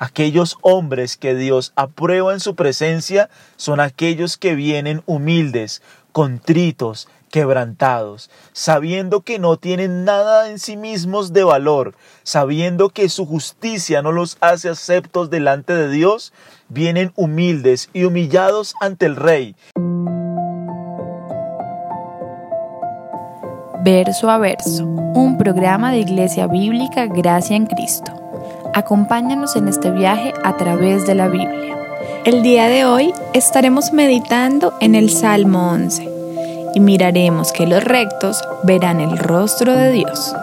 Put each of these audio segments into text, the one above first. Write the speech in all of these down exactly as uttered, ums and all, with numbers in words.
Aquellos hombres que Dios aprueba en su presencia son aquellos que vienen humildes, contritos, quebrantados, sabiendo que no tienen nada en sí mismos de valor, sabiendo que su justicia no los hace aceptos delante de Dios, vienen humildes y humillados ante el Rey. Verso a verso, un programa de Iglesia Bíblica Gracia en Cristo. Acompáñanos en este viaje a través de la Biblia. El día de hoy estaremos meditando en el Salmo once y miraremos que los rectos verán el rostro de Dios.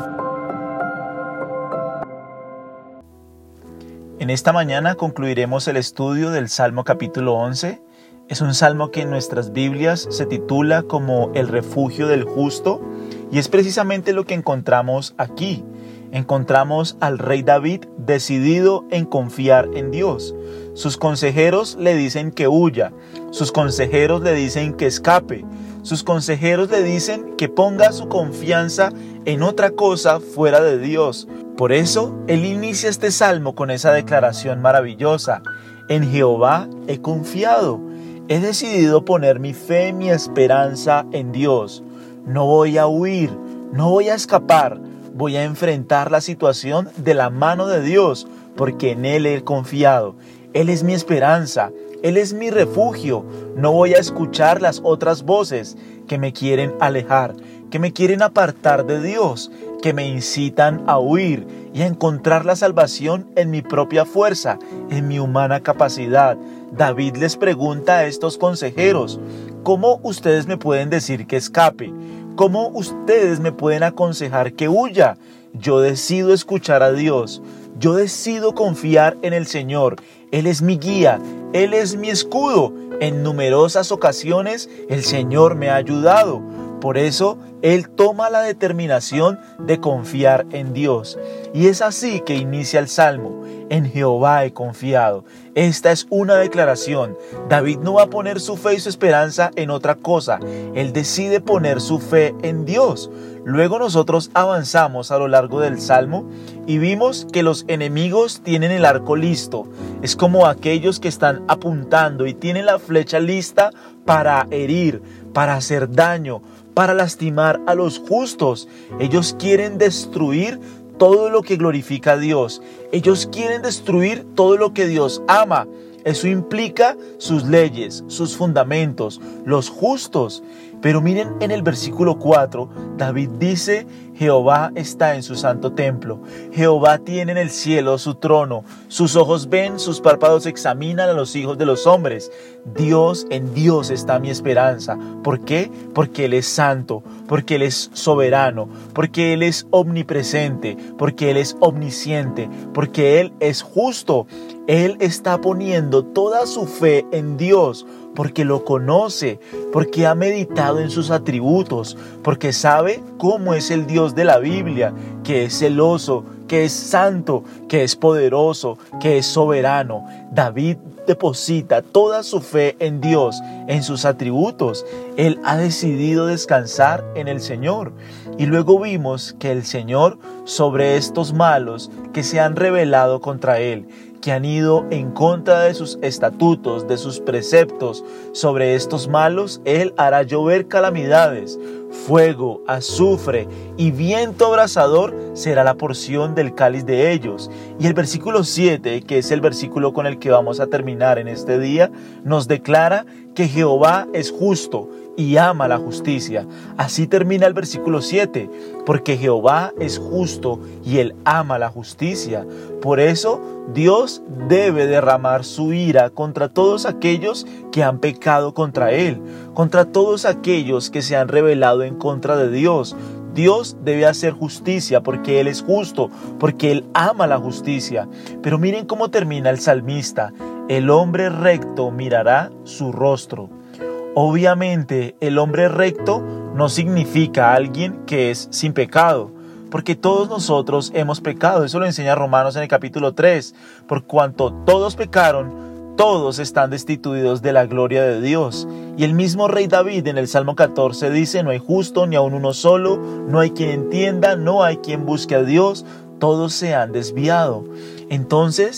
En esta mañana concluiremos el estudio del Salmo capítulo once. Es un salmo que en nuestras Biblias se titula como el refugio del justo y es precisamente lo que encontramos aquí. Encontramos al rey David decidido en confiar en Dios. Sus consejeros le dicen que huya, sus consejeros le dicen que escape, sus consejeros le dicen que ponga su confianza en otra cosa fuera de Dios. Por eso, él inicia este salmo con esa declaración maravillosa: en Jehová he confiado, he decidido poner mi fe y mi esperanza en Dios. No voy a huir, no voy a escapar, voy a enfrentar la situación de la mano de Dios, porque en Él he confiado. Él es mi esperanza, Él es mi refugio. No voy a escuchar las otras voces que me quieren alejar, que me quieren apartar de Dios, que me incitan a huir y a encontrar la salvación en mi propia fuerza, en mi humana capacidad. David les pregunta a estos consejeros: ¿cómo ustedes me pueden decir que escape? ¿Cómo ustedes me pueden aconsejar que huya? Yo decido escuchar a Dios. Yo decido confiar en el Señor. Él es mi guía. Él es mi escudo. En numerosas ocasiones el Señor me ha ayudado. Por eso, Él toma la determinación de confiar en Dios. Y es así que inicia el Salmo: en Jehová he confiado. Esta es una declaración. David no va a poner su fe y su esperanza en otra cosa. Él decide poner su fe en Dios. Luego nosotros avanzamos a lo largo del Salmo y vimos que los enemigos tienen el arco listo. Es como aquellos que están apuntando y tienen la flecha lista para herir, para hacer daño, para lastimar a los justos. Ellos quieren destruir todo lo que glorifica a Dios. Ellos quieren destruir todo lo que Dios ama. Eso implica sus leyes, sus fundamentos, los justos. Pero miren en el versículo cuatro, David dice: Jehová está en su santo templo. Jehová tiene en el cielo su trono. Sus ojos ven, sus párpados examinan a los hijos de los hombres. Dios, en Dios está mi esperanza. ¿Por qué? Porque Él es santo, porque Él es soberano, porque Él es omnipresente, porque Él es omnisciente, porque Él es justo. Él está poniendo toda su fe en Dios, porque lo conoce, porque ha meditado en sus atributos, porque sabe cómo es el Dios de la Biblia, que es celoso, que es santo, que es poderoso, que es soberano. David deposita toda su fe en Dios, en sus atributos. Él ha decidido descansar en el Señor. Y luego vimos que el Señor, sobre estos malos que se han rebelado contra Él, que han ido en contra de sus estatutos, de sus preceptos, sobre estos malos Él hará llover calamidades, fuego, azufre y viento abrasador será la porción del cáliz de ellos. Y el versículo siete, que es el versículo con el que vamos a terminar en este día, nos declara que Jehová es justo y ama la justicia. Así termina el versículo siete, porque Jehová es justo y Él ama la justicia. Por eso Dios debe derramar su ira contra todos aquellos que han pecado contra Él, contra todos aquellos que se han rebelado en contra de Dios. Dios debe hacer justicia porque Él es justo, porque Él ama la justicia. Pero miren cómo termina el salmista: el hombre recto mirará su rostro. Obviamente, el hombre recto no significa alguien que es sin pecado, porque todos nosotros hemos pecado. Eso lo enseña Romanos en el capítulo tres. Por cuanto todos pecaron, todos están destituidos de la gloria de Dios. Y el mismo rey David en el Salmo catorce dice: no hay justo ni aun uno solo, no hay quien entienda, no hay quien busque a Dios, todos se han desviado. Entonces,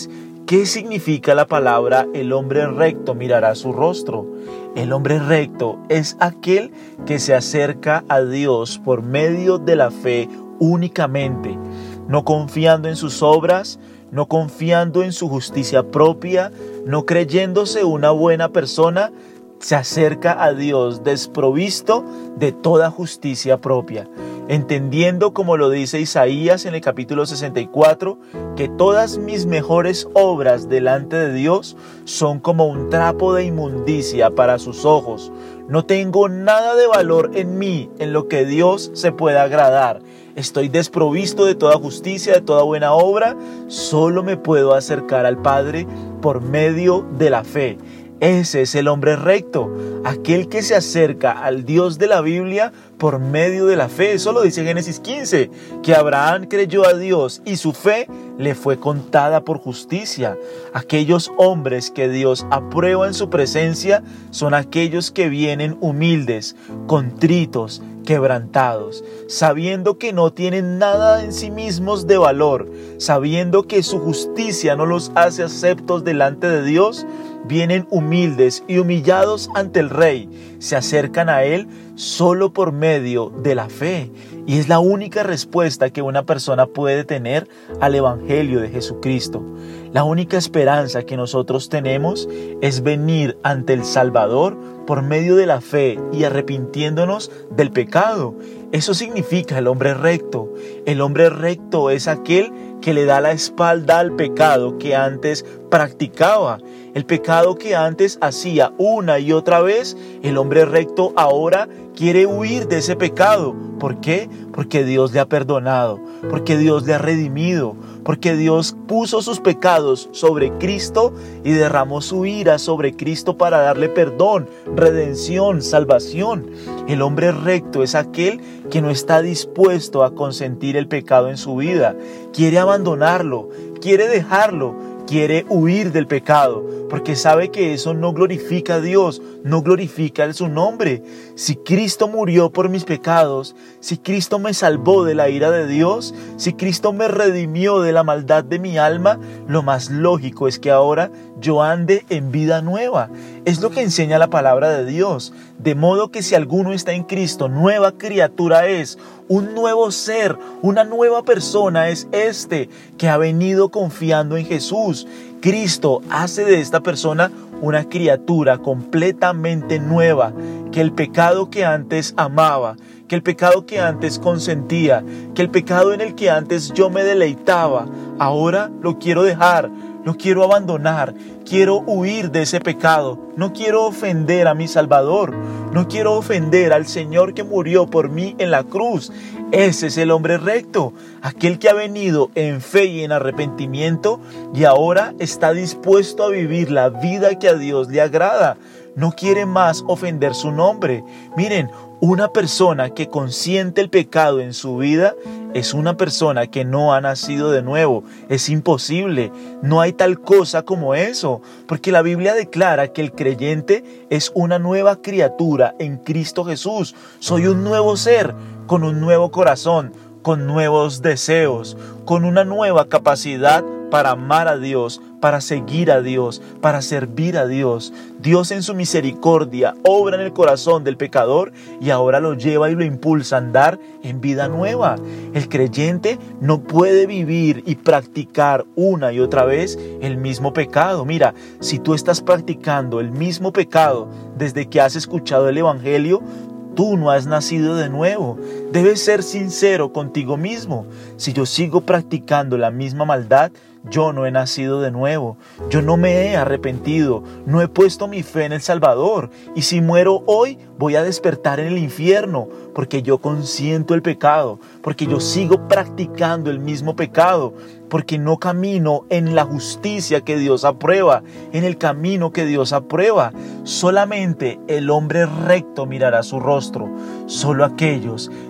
¿Qué significa la palabra el hombre recto mirará su rostro? El hombre recto es aquel que se acerca a Dios por medio de la fe únicamente, no confiando en sus obras, no confiando en su justicia propia, no creyéndose una buena persona, se acerca a Dios desprovisto de toda justicia propia, entendiendo, como lo dice Isaías en el capítulo sesenta y cuatro, que todas mis mejores obras delante de Dios son como un trapo de inmundicia para sus ojos. No tengo nada de valor en mí, en lo que Dios se pueda agradar. Estoy desprovisto de toda justicia, de toda buena obra. Solo me puedo acercar al Padre por medio de la fe. Ese es el hombre recto, aquel que se acerca al Dios de la Biblia por medio de la fe. Eso lo dice Génesis quince, que Abraham creyó a Dios y su fe le fue contada por justicia. Aquellos hombres que Dios aprueba en su presencia son aquellos que vienen humildes, contritos, quebrantados, sabiendo que no tienen nada en sí mismos de valor, sabiendo que su justicia no los hace aceptos delante de Dios. Vienen humildes y humillados ante el Rey, se acercan a Él solo por medio de la fe. Y es la única respuesta que una persona puede tener al Evangelio de Jesucristo. La única esperanza que nosotros tenemos es venir ante el Salvador por medio de la fe y arrepintiéndonos del pecado. Eso significa el hombre recto. El hombre recto es aquel que le da la espalda al pecado que antes practicaba. El pecado que antes hacía una y otra vez, el hombre recto ahora quiere huir de ese pecado. ¿Por qué? Porque Dios le ha perdonado, porque Dios le ha redimido, porque Dios puso sus pecados sobre Cristo y derramó su ira sobre Cristo para darle perdón, redención, salvación. El hombre recto es aquel que no está dispuesto a consentir el pecado en su vida, quiere abandonarlo, quiere dejarlo, quiere huir del pecado, porque sabe que eso no glorifica a Dios, no glorifica su nombre. Si Cristo murió por mis pecados, si Cristo me salvó de la ira de Dios, si Cristo me redimió de la maldad de mi alma, lo más lógico es que ahora yo ande en vida nueva. Es lo que enseña la palabra de Dios. De modo que si alguno está en Cristo, nueva criatura es, un nuevo ser, una nueva persona es este que ha venido confiando en Jesús. Cristo hace de esta persona una criatura completamente nueva, que el pecado que antes amaba, que el pecado que antes consentía, que el pecado en el que antes yo me deleitaba, ahora lo quiero dejar, lo quiero abandonar, quiero huir de ese pecado, no quiero ofender a mi Salvador, no quiero ofender al Señor que murió por mí en la cruz. Ese es el hombre recto, aquel que ha venido en fe y en arrepentimiento y ahora está dispuesto a vivir la vida que a Dios le agrada. No quiere más ofender su nombre. Miren, una persona que consiente el pecado en su vida es una persona que no ha nacido de nuevo. Es imposible. No hay tal cosa como eso, porque la Biblia declara que el creyente es una nueva criatura en Cristo Jesús. Soy un nuevo ser con un nuevo corazón, con nuevos deseos, con una nueva capacidad para amar a Dios, para seguir a Dios, para servir a Dios. Dios en su misericordia obra en el corazón del pecador y ahora lo lleva y lo impulsa a andar en vida nueva. El creyente no puede vivir y practicar una y otra vez el mismo pecado. Mira, si tú estás practicando el mismo pecado desde que has escuchado el Evangelio, tú no has nacido de nuevo. Debes ser sincero contigo mismo. Si yo sigo practicando la misma maldad, yo no he nacido de nuevo. Yo no me he arrepentido. No he puesto mi fe en el Salvador. Y si muero hoy, voy a despertar en el infierno, porque yo consiento el pecado, porque yo sigo practicando el mismo pecado, porque no camino en la justicia que Dios aprueba, en el camino que Dios aprueba. Solamente el hombre recto mirará su rostro. Solo aquellos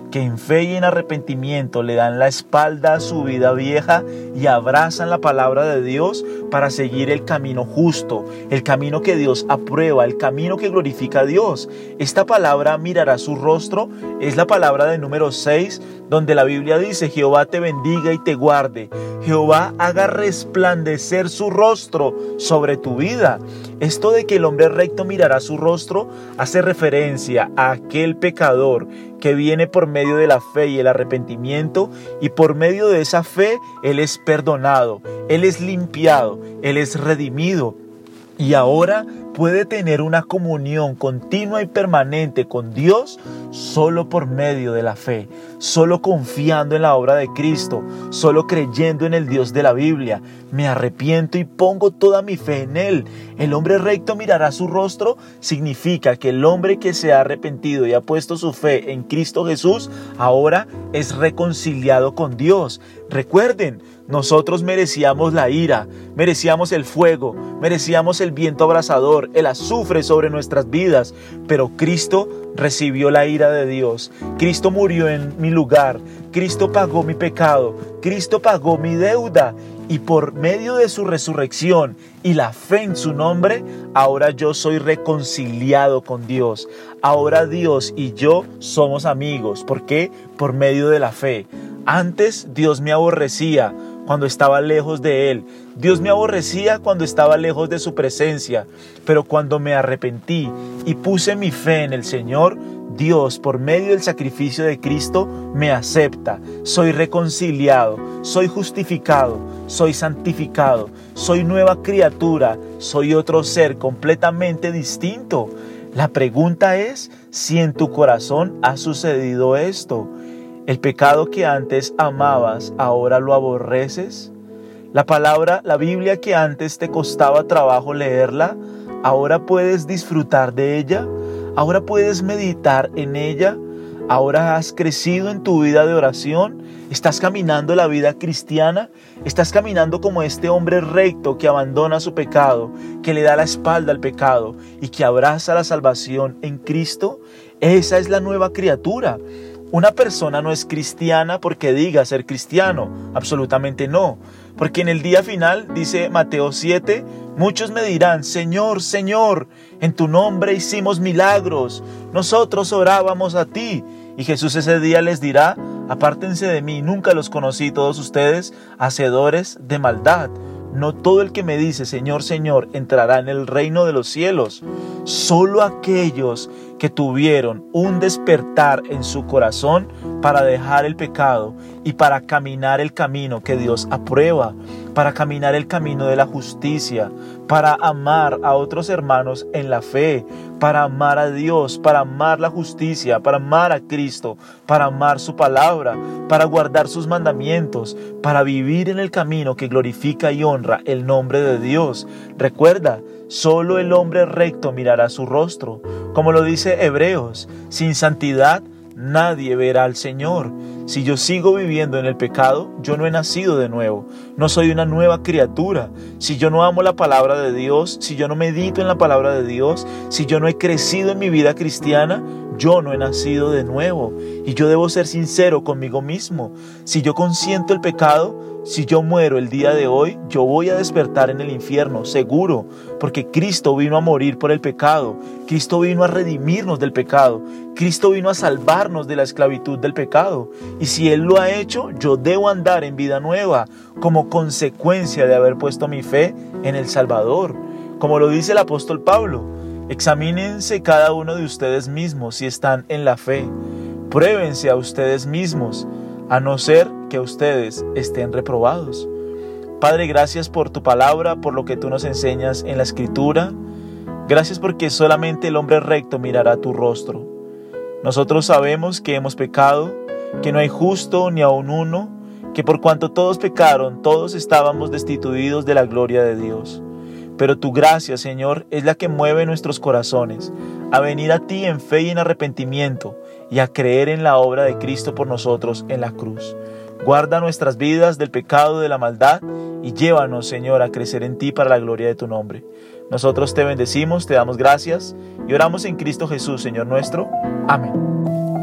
que en fe y en arrepentimiento le dan la espalda a su vida vieja y abrazan la palabra de Dios para seguir el camino justo, el camino que Dios aprueba, el camino que glorifica a Dios. Esta palabra, mirará su rostro, es la palabra de número seis, donde la Biblia dice: Jehová te bendiga y te guarde, Jehová haga resplandecer su rostro sobre tu vida. Esto de que el hombre recto mirará su rostro hace referencia a aquel pecador que viene por medio de la fe y el arrepentimiento, y por medio de esa fe él es perdonado, él es limpiado, él es redimido, y ahora puede tener una comunión continua y permanente con Dios solo por medio de la fe, solo confiando en la obra de Cristo, solo creyendo en el Dios de la Biblia. Me arrepiento y pongo toda mi fe en Él. El hombre recto mirará su rostro significa que el hombre que se ha arrepentido y ha puesto su fe en Cristo Jesús ahora es reconciliado con Dios. Recuerden, nosotros merecíamos la ira, merecíamos el fuego, merecíamos el viento abrasador, el azufre sobre nuestras vidas, pero Cristo recibió la ira de Dios. Cristo murió en mi lugar, Cristo pagó mi pecado, Cristo pagó mi deuda, y por medio de su resurrección y la fe en su nombre, ahora yo soy reconciliado con Dios. Ahora Dios y yo somos amigos. ¿Por qué? Por medio de la fe. Antes Dios me aborrecía cuando estaba lejos de Él. Dios me aborrecía cuando estaba lejos de su presencia. Pero cuando me arrepentí y puse mi fe en el Señor, Dios, por medio del sacrificio de Cristo, me acepta. Soy reconciliado, soy justificado, soy santificado, soy nueva criatura, soy otro ser completamente distinto. La pregunta es si en tu corazón ha sucedido esto. ¿El pecado que antes amabas, ahora lo aborreces? La palabra, la Biblia que antes te costaba trabajo leerla, ¿ahora puedes disfrutar de ella? ¿Ahora puedes meditar en ella? ¿Ahora has crecido en tu vida de oración? ¿Estás caminando la vida cristiana? ¿Estás caminando como este hombre recto que abandona su pecado, que le da la espalda al pecado y que abraza la salvación en Cristo? Esa es la nueva criatura. Una persona no es cristiana porque diga ser cristiano, absolutamente no. Porque en el día final, dice Mateo siete, muchos me dirán: Señor, Señor, en tu nombre hicimos milagros, nosotros orábamos a ti. Y Jesús ese día les dirá: apártense de mí, nunca los conocí, todos ustedes, hacedores de maldad. No todo el que me dice Señor, Señor entrará en el reino de los cielos. Solo aquellos que tuvieron un despertar en su corazón para dejar el pecado y para caminar el camino que Dios aprueba, para caminar el camino de la justicia, para amar a otros hermanos en la fe, para amar a Dios, para amar la justicia, para amar a Cristo, para amar su palabra, para guardar sus mandamientos, para vivir en el camino que glorifica y honra el nombre de Dios. Recuerda, solo el hombre recto mirará su rostro. Como lo dice Hebreos, sin santidad nadie verá al Señor. Si yo sigo viviendo en el pecado, yo no he nacido de nuevo, no soy una nueva criatura. Si yo no amo la palabra de Dios, si yo no medito en la palabra de Dios, si yo no he crecido en mi vida cristiana, yo no he nacido de nuevo. Y yo debo ser sincero conmigo mismo. Si yo consiento el pecado, si yo muero el día de hoy, yo voy a despertar en el infierno, seguro, porque Cristo vino a morir por el pecado, Cristo vino a redimirnos del pecado, Cristo vino a salvarnos de la esclavitud del pecado. Y si Él lo ha hecho, yo debo andar en vida nueva, como consecuencia de haber puesto mi fe en el Salvador. Como lo dice el apóstol Pablo, examínense cada uno de ustedes mismos si están en la fe, pruébense a ustedes mismos, a no ser que ustedes estén reprobados. Padre, gracias por tu palabra, por lo que tú nos enseñas en la Escritura. Gracias porque solamente el hombre recto mirará tu rostro. Nosotros sabemos que hemos pecado, que no hay justo ni aun uno, que por cuanto todos pecaron, todos estábamos destituidos de la gloria de Dios. Pero tu gracia, Señor, es la que mueve nuestros corazones a venir a ti en fe y en arrepentimiento y a creer en la obra de Cristo por nosotros en la cruz. Guarda nuestras vidas del pecado, de la maldad y llévanos, Señor, a crecer en ti para la gloria de tu nombre. Nosotros te bendecimos, te damos gracias y oramos en Cristo Jesús, Señor nuestro. Amén.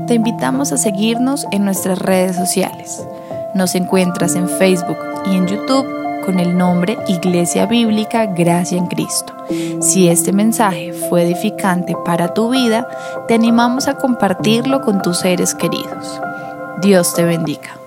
te invitamos a seguirnos en nuestras redes sociales. Nos encuentras en Facebook y en YouTube con el nombre Iglesia Bíblica Gracia en Cristo. Si este mensaje fue edificante para tu vida, te animamos a compartirlo con tus seres queridos. Dios te bendiga.